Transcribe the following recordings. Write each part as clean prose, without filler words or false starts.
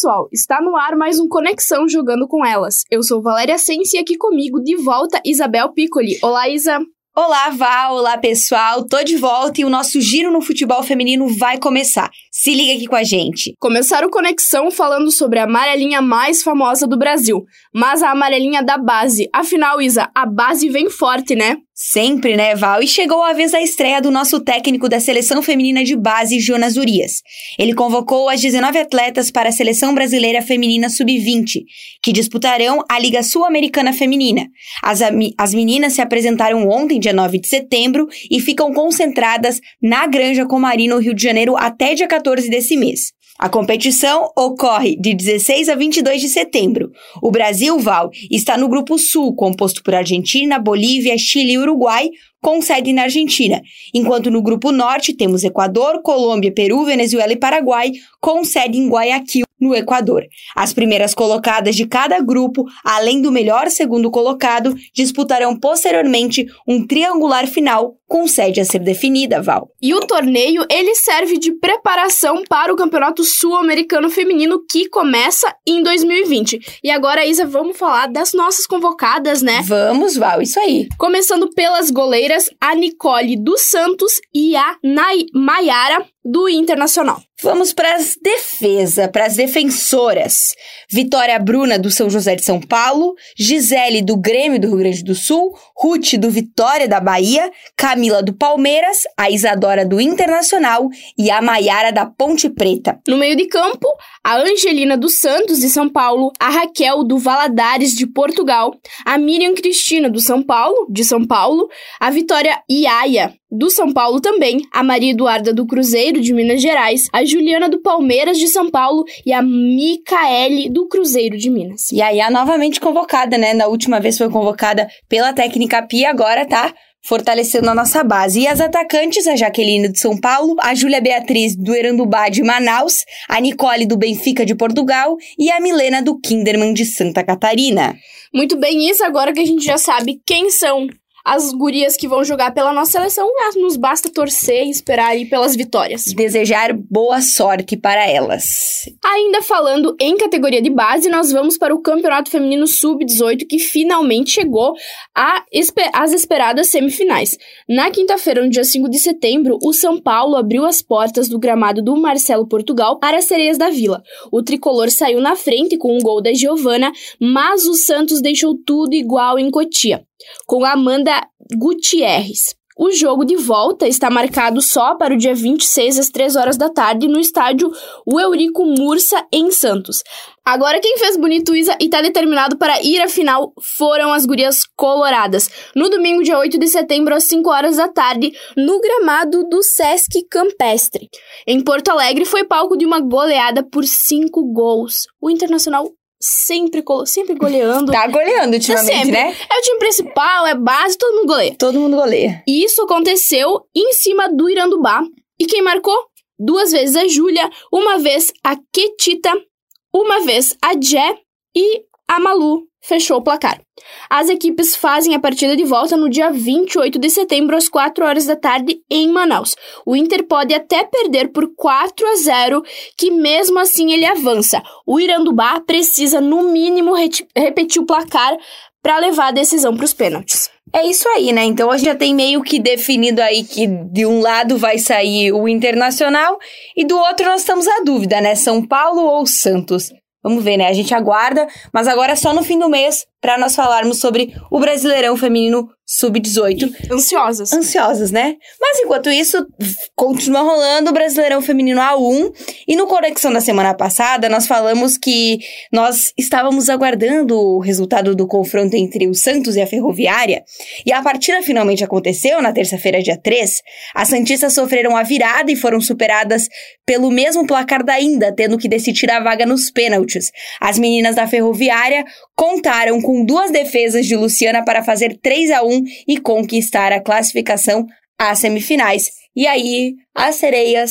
pessoal, está no ar mais um Conexão Jogando com Elas. Eu sou Valéria Sensi e aqui comigo, de volta, Isabel Piccoli. Olá, Isa! Olá, Val! Olá, pessoal! Tô de volta e o nosso giro no futebol feminino vai começar. Se liga aqui com a gente. Começaram o Conexão falando sobre a amarelinha mais famosa do Brasil, mas a amarelinha da base. Afinal, Isa, a base vem forte, né? Sempre, né, Val? E chegou a vez da estreia do nosso técnico da Seleção Feminina de Base, Jonas Urias. Ele convocou as 19 atletas para a Seleção Brasileira Feminina Sub-20, que disputarão a Liga Sul-Americana Feminina. As meninas se apresentaram ontem, dia 9 de setembro, e ficam concentradas na Granja Comari, no Rio de Janeiro, até dia 14 desse mês. A competição ocorre de 16 a 22 de setembro. O Brasil, Val, está no Grupo Sul, composto por Argentina, Bolívia, Chile e Uruguai, com sede na Argentina, enquanto no Grupo Norte temos Equador, Colômbia, Peru, Venezuela e Paraguai, com sede em Guayaquil, no Equador. As primeiras colocadas de cada grupo, além do melhor segundo colocado, disputarão posteriormente um triangular final com sede a ser definida, Val. E o torneio, ele serve de preparação para o Campeonato Sul-Americano Feminino que começa em 2020. E agora, Isa, vamos falar das nossas convocadas, né? Vamos, Val, isso aí. Começando pelas goleiras, a Nicole dos Santos e a Maiara do Internacional. Vamos para as defensoras. Vitória Bruna, do São José de São Paulo, Gisele, do Grêmio do Rio Grande do Sul, Ruth, do Vitória da Bahia, Camila, do Palmeiras, a Isadora, do Internacional e a Maiara, da Ponte Preta. No meio de campo, a Angelina dos Santos, de São Paulo, a Raquel, do Valadares, de Portugal, a Miriam Cristina, de São Paulo, a Vitória Iaia, do São Paulo também, a Maria Eduarda do Cruzeiro, de Minas Gerais, a Juliana do Palmeiras, de São Paulo e a Micaele do Cruzeiro de Minas. E aí, novamente convocada, né? Na última vez foi convocada pela técnica Pia, agora tá fortalecendo a nossa base. E as atacantes, a Jaqueline de São Paulo, a Júlia Beatriz do Erandubá de Manaus, a Nicole do Benfica de Portugal e a Milena do Kinderman de Santa Catarina. Muito bem, isso agora que a gente já sabe quem são as gurias que vão jogar pela nossa seleção, nos basta torcer e esperar aí pelas vitórias. Desejar boa sorte para elas. Ainda falando em categoria de base, nós vamos para o Campeonato Feminino Sub-18, que finalmente chegou às esperadas semifinais. Na quinta-feira, no dia 5 de setembro, o São Paulo abriu as portas do gramado do Marcelo Portugal para as Sereias da Vila. O tricolor saiu na frente com um gol da Giovana, mas o Santos deixou tudo igual em Cotia, com Amanda Gutierrez. O jogo de volta está marcado só para o dia 26, às 3 horas da tarde, no estádio Eurico Mursa, em Santos. Agora, quem fez bonito, Isa, e está determinado para ir à final foram as gurias coloradas. No domingo, dia 8 de setembro, às 5 horas da tarde, no gramado do Sesc Campestre. Em Porto Alegre, foi palco de uma goleada por 5 gols. O Internacional sempre goleando. Tá goleando ultimamente, né? É o time principal, é base, todo mundo goleia. Todo mundo goleia. E isso aconteceu em cima do Irandubá. E quem marcou? 2 vezes a Júlia, 1 vez a Ketita, 1 vez a Jé e a Malu fechou o placar. As equipes fazem a partida de volta no dia 28 de setembro, às 4 horas da tarde, em Manaus. O Inter pode até perder por 4-0, que mesmo assim ele avança. O Irandubá precisa, no mínimo, repetir o placar para levar a decisão para os pênaltis. É isso aí, né? Então a gente já tem meio que definido aí que de um lado vai sair o Internacional e do outro nós estamos à dúvida, né? São Paulo ou Santos? Vamos ver, né? A gente aguarda, mas agora é só no fim do mês para nós falarmos sobre o Brasileirão Feminino Sub-18. Ansiosas, né? Mas enquanto isso, continua rolando o Brasileirão Feminino A1. E no Conexão da semana passada, nós falamos que nós estávamos aguardando o resultado do confronto entre o Santos e a Ferroviária. E a partida finalmente aconteceu na terça-feira, dia 3. As santistas sofreram a virada e foram superadas pelo mesmo placar da Inda, tendo que decidir a vaga nos pênaltis. As meninas da Ferroviária contaram com 2 defesas de Luciana para fazer 3-1 e conquistar a classificação às semifinais. E aí, as sereias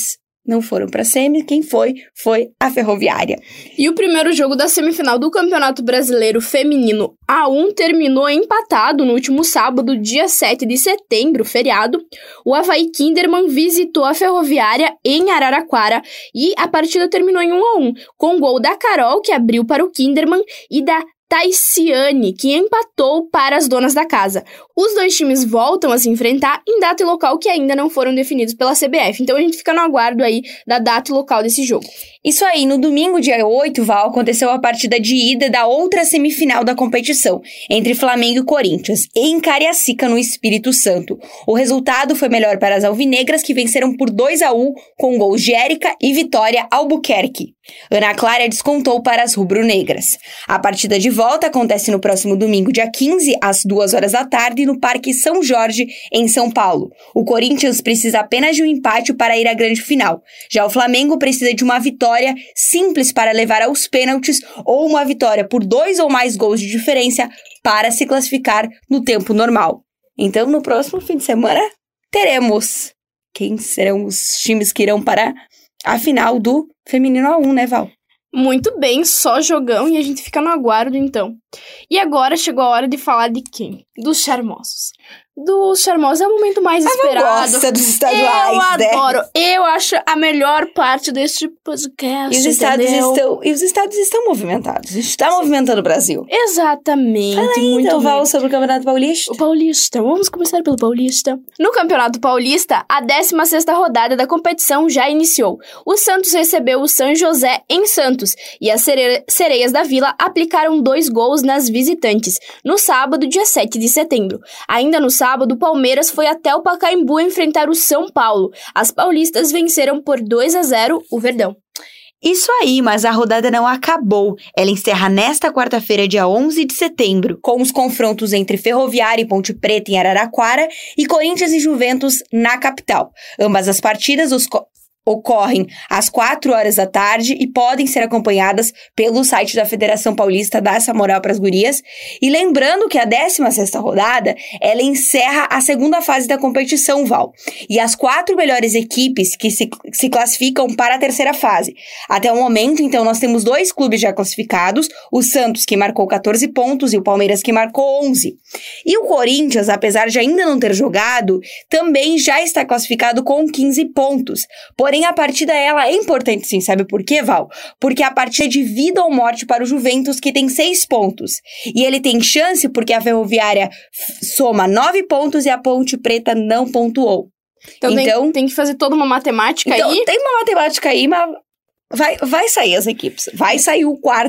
não foram pra semi. Quem foi a Ferroviária. E o primeiro jogo da semifinal do Campeonato Brasileiro Feminino A1 terminou empatado no último sábado, dia 7 de setembro, feriado. O Avaí Kinderman visitou a Ferroviária em Araraquara e a partida terminou em 1-1, com gol da Carol, que abriu para o Kinderman, e da Taiciane, que empatou para as donas da casa. Os dois times voltam a se enfrentar em data e local que ainda não foram definidos pela CBF. Então a gente fica no aguardo aí da data e local desse jogo. Isso aí, no domingo, dia 8, Val, aconteceu a partida de ida da outra semifinal da competição, entre Flamengo e Corinthians, em Cariacica, no Espírito Santo. O resultado foi melhor para as alvinegras, que venceram por 2-1, com gols de Érica e Vitória Albuquerque. Ana Clara descontou para as rubro-negras. A partida de volta acontece no próximo domingo, dia 15, às 14h, no Parque São Jorge, em São Paulo. O Corinthians precisa apenas de um empate para ir à grande final. Já o Flamengo precisa de uma vitória simples para levar aos pênaltis ou uma vitória por 2 ou mais gols de diferença para se classificar no tempo normal. Então, no próximo fim de semana, teremos quem serão os times que irão para a final do Feminino A1, né, Val? Muito bem, só jogão, e a gente fica no aguardo, então. E agora chegou a hora de falar de quem? Dos charmosos. Dos charmosos é o momento mais esperado. Gosta dos estaduais, eu adoro. Eu acho a melhor parte deste podcast, e os estados estão movimentados. A gente está movimentando o Brasil. Exatamente. Fala aí, muito então, bem. Val, sobre o Campeonato Paulista. O Paulista. Vamos começar pelo Paulista. No Campeonato Paulista, a 16ª rodada da competição já iniciou. O Santos recebeu o São José em Santos e as Sereias da Vila aplicaram 2 gols nas visitantes, no sábado, dia 7 de setembro. Ainda no sábado, o Palmeiras foi até o Pacaembu enfrentar o São Paulo. As paulistas venceram por 2-0 o Verdão. Isso aí, mas a rodada não acabou. Ela encerra nesta quarta-feira, dia 11 de setembro, com os confrontos entre Ferroviária e Ponte Preta em Araraquara e Corinthians e Juventus na capital. Ambas as partidas ocorrem às 16h e podem ser acompanhadas pelo site da Federação Paulista. Dá essa moral para as gurias. E lembrando que a 16ª rodada, ela encerra a segunda fase da competição, Val. E as 4 melhores equipes que se classificam para a terceira fase. Até o momento, então, nós temos 2 clubes já classificados, o Santos, que marcou 14 pontos, e o Palmeiras, que marcou 11. E o Corinthians, apesar de ainda não ter jogado, também já está classificado com 15 pontos. Porém, a partida, ela é importante sim, sabe por quê, Val? Porque a partida é de vida ou morte para o Juventus, que tem 6 pontos. E ele tem chance porque a Ferroviária soma 9 pontos e a Ponte Preta não pontuou. Então tem que fazer toda uma matemática aí. Então, tem uma matemática aí, mas vai sair as equipes. Vai sair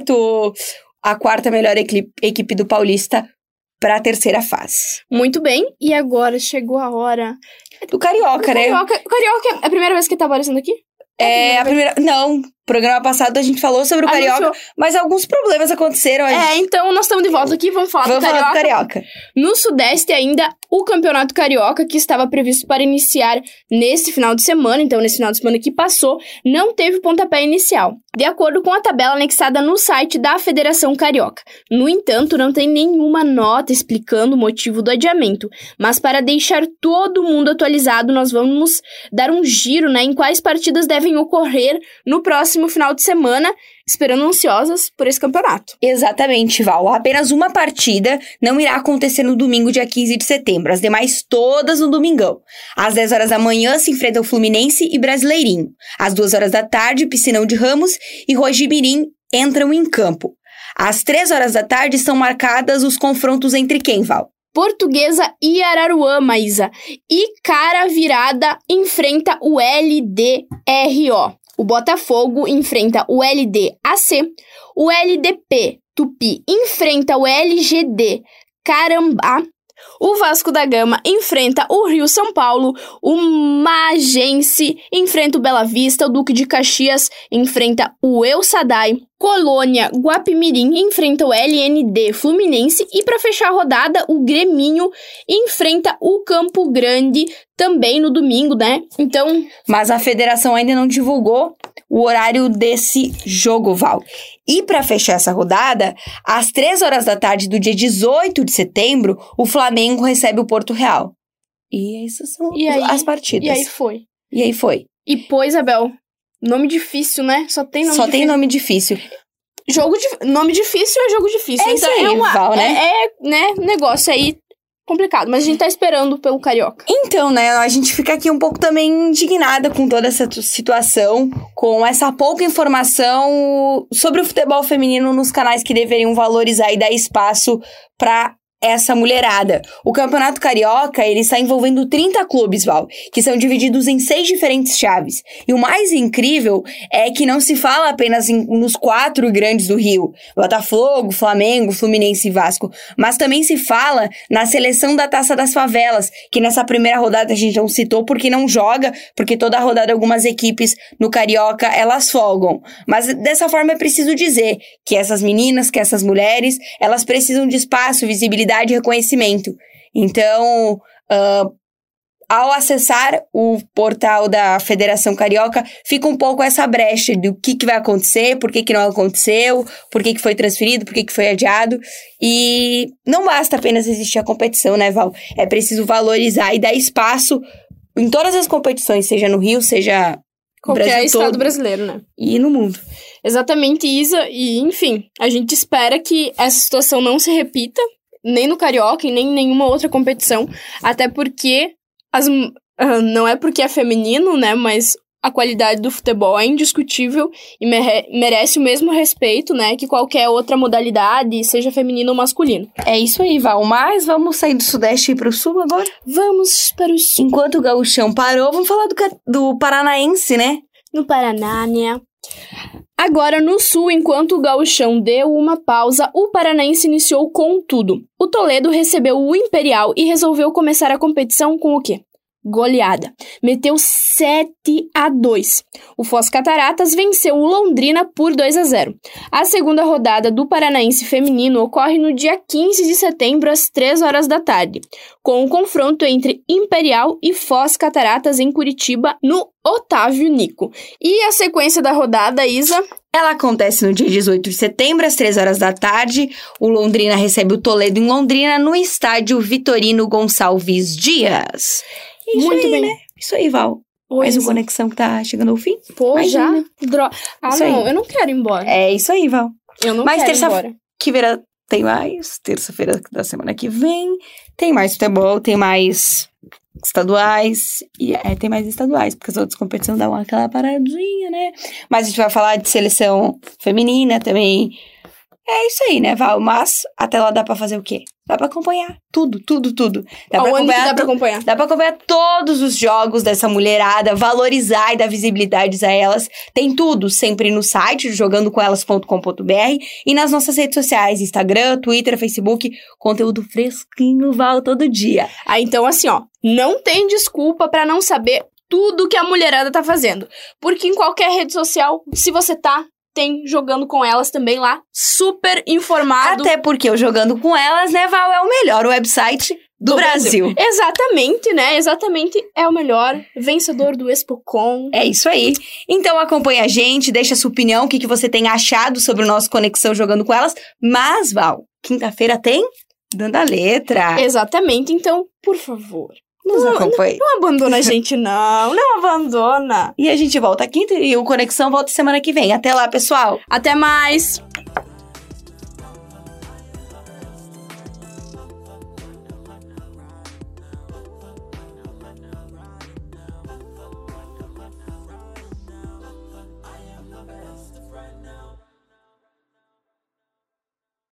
a quarta melhor equipe do Paulista para a terceira fase. Muito bem, e agora chegou a hora do Carioca, né? O Carioca é a primeira vez que tá aparecendo aqui? É a primeira... Não, programa passado a gente falou sobre o Carioca, mas alguns problemas aconteceram. Então nós estamos de volta aqui, vamos falar do Carioca. No Sudeste ainda, o Campeonato Carioca, que estava previsto para iniciar nesse final de semana, então nesse final de semana que passou, não teve pontapé inicial, de acordo com a tabela anexada no site da Federação Carioca. No entanto, não tem nenhuma nota explicando o motivo do adiamento, mas para deixar todo mundo atualizado, nós vamos dar um giro, né, em quais partidas devem ocorrer no próximo final de semana, esperando ansiosas por esse campeonato. Exatamente, Val. Apenas uma partida não irá acontecer no domingo, dia 15 de setembro. As demais todas no domingão. Às 10h da manhã se enfrentam Fluminense e Brasileirinho. Às 2h da tarde, Piscinão de Ramos e Rojimirim entram em campo. Às 3h da tarde são marcadas os confrontos entre quem, Val? Portuguesa e Araruama, Isa. E Cara Virada enfrenta o LDRO. O Botafogo enfrenta o LDAC. O LDP Tupi enfrenta o LGD Carambá. O Vasco da Gama enfrenta o Rio São Paulo. O Magense enfrenta o Bela Vista. O Duque de Caxias enfrenta o El Sadai. Colônia Guapimirim enfrenta o LND Fluminense. E para fechar a rodada, o Greminho enfrenta o Campo Grande também no domingo, né? Então... Mas a federação ainda não divulgou o horário desse jogo, Val. E para fechar essa rodada, às 3h da tarde do dia 18 de setembro, o Flamengo recebe o Porto Real. E essas são as partidas. E aí foi. E aí foi. E pô, Isabel, Nome difícil, né? Só tem nome Só difícil. tem nome difícil. Nome difícil é jogo difícil. É então, isso aí, Val, né? né? Negócio aí complicado. Mas a gente tá esperando pelo Carioca. Então, né, a gente fica aqui um pouco também indignada com toda essa situação, com essa pouca informação sobre o futebol feminino nos canais que deveriam valorizar e dar espaço pra essa mulherada. O Campeonato Carioca, ele está envolvendo 30 clubes, Val, que são divididos em 6 diferentes chaves. E o mais incrível é que não se fala apenas nos 4 grandes do Rio, Botafogo, Flamengo, Fluminense e Vasco, mas também se fala na seleção da Taça das Favelas, que nessa primeira rodada a gente não citou porque não joga, porque toda rodada algumas equipes no Carioca, elas folgam. Mas dessa forma é preciso dizer que essas meninas, que essas mulheres, elas precisam de espaço, visibilidade e reconhecimento. Então, ao acessar o portal da Federação Carioca, fica um pouco essa brecha do que vai acontecer, por que não aconteceu, por que foi transferido, por que foi adiado. E não basta apenas existir a competição, né, Val? É preciso valorizar e dar espaço em todas as competições, seja no Rio, seja qualquer estado brasileiro, né? E no mundo. Exatamente, Isa. E, enfim, a gente espera que essa situação não se repita, nem no Carioca e nem em nenhuma outra competição, até porque não é porque é feminino, né, mas a qualidade do futebol é indiscutível e merece o mesmo respeito, né, que qualquer outra modalidade, seja feminino ou masculino. É isso aí, Val. Mas vamos sair do Sudeste e ir pro Sul agora? Vamos para o Sul. Enquanto o Gauchão parou, vamos falar do Paranaense, né? No Paraná, né? Agora, no Sul, enquanto o Gauchão deu uma pausa, o Paranaense iniciou com tudo. O Toledo recebeu o Imperial e resolveu começar a competição com o quê? Goleada. Meteu 7-2. O Foz Cataratas venceu o Londrina por 2-0. A segunda rodada do Paranaense feminino ocorre no dia 15 de setembro, às 3 horas da tarde, com o confronto entre Imperial e Foz Cataratas em Curitiba, no Otávio Nico. E a sequência da rodada, Isa? Ela acontece no dia 18 de setembro, às 3 horas da tarde. O Londrina recebe o Toledo em Londrina, no estádio Vitorino Gonçalves Dias. Isso Muito aí, bem. Né? Isso aí, Val. Mais uma conexão que tá chegando ao fim. Pô, mais já? Né? Isso não, aí. Eu não quero ir embora. É isso aí, Val. Eu não quero ir embora. Terça-feira tem mais. Terça-feira da semana que vem. Tem mais futebol, tem mais estaduais. E tem mais estaduais, porque as outras competições dão aquela paradinha, né? Mas a gente vai falar de seleção feminina também. É isso aí, né, Val? Mas até lá dá pra fazer o quê? Dá pra acompanhar tudo. Dá pra acompanhar? Dá pra acompanhar todos os jogos dessa mulherada, valorizar e dar visibilidade a elas. Tem tudo sempre no site, jogandocomelas.com.br e nas nossas redes sociais, Instagram, Twitter, Facebook, conteúdo fresquinho, Val, todo dia. Então assim, ó, não tem desculpa pra não saber tudo que a mulherada tá fazendo. Porque em qualquer rede social, se você tem Jogando Com Elas também lá, super informado. Até porque o Jogando Com Elas, né, Val, é o melhor website do Brasil. Exatamente, né? Exatamente, é o melhor vencedor do ExpoCon. É isso aí. Então acompanha a gente, deixa a sua opinião, o que você tem achado sobre o nosso Conexão Jogando Com Elas. Mas, Val, quinta-feira tem Dando a Letra. Exatamente, então, por favor, nos acompanhe. Não abandona a gente, não abandona. E a gente volta quinta e o Conexão volta semana que vem. Até lá, pessoal. Até mais.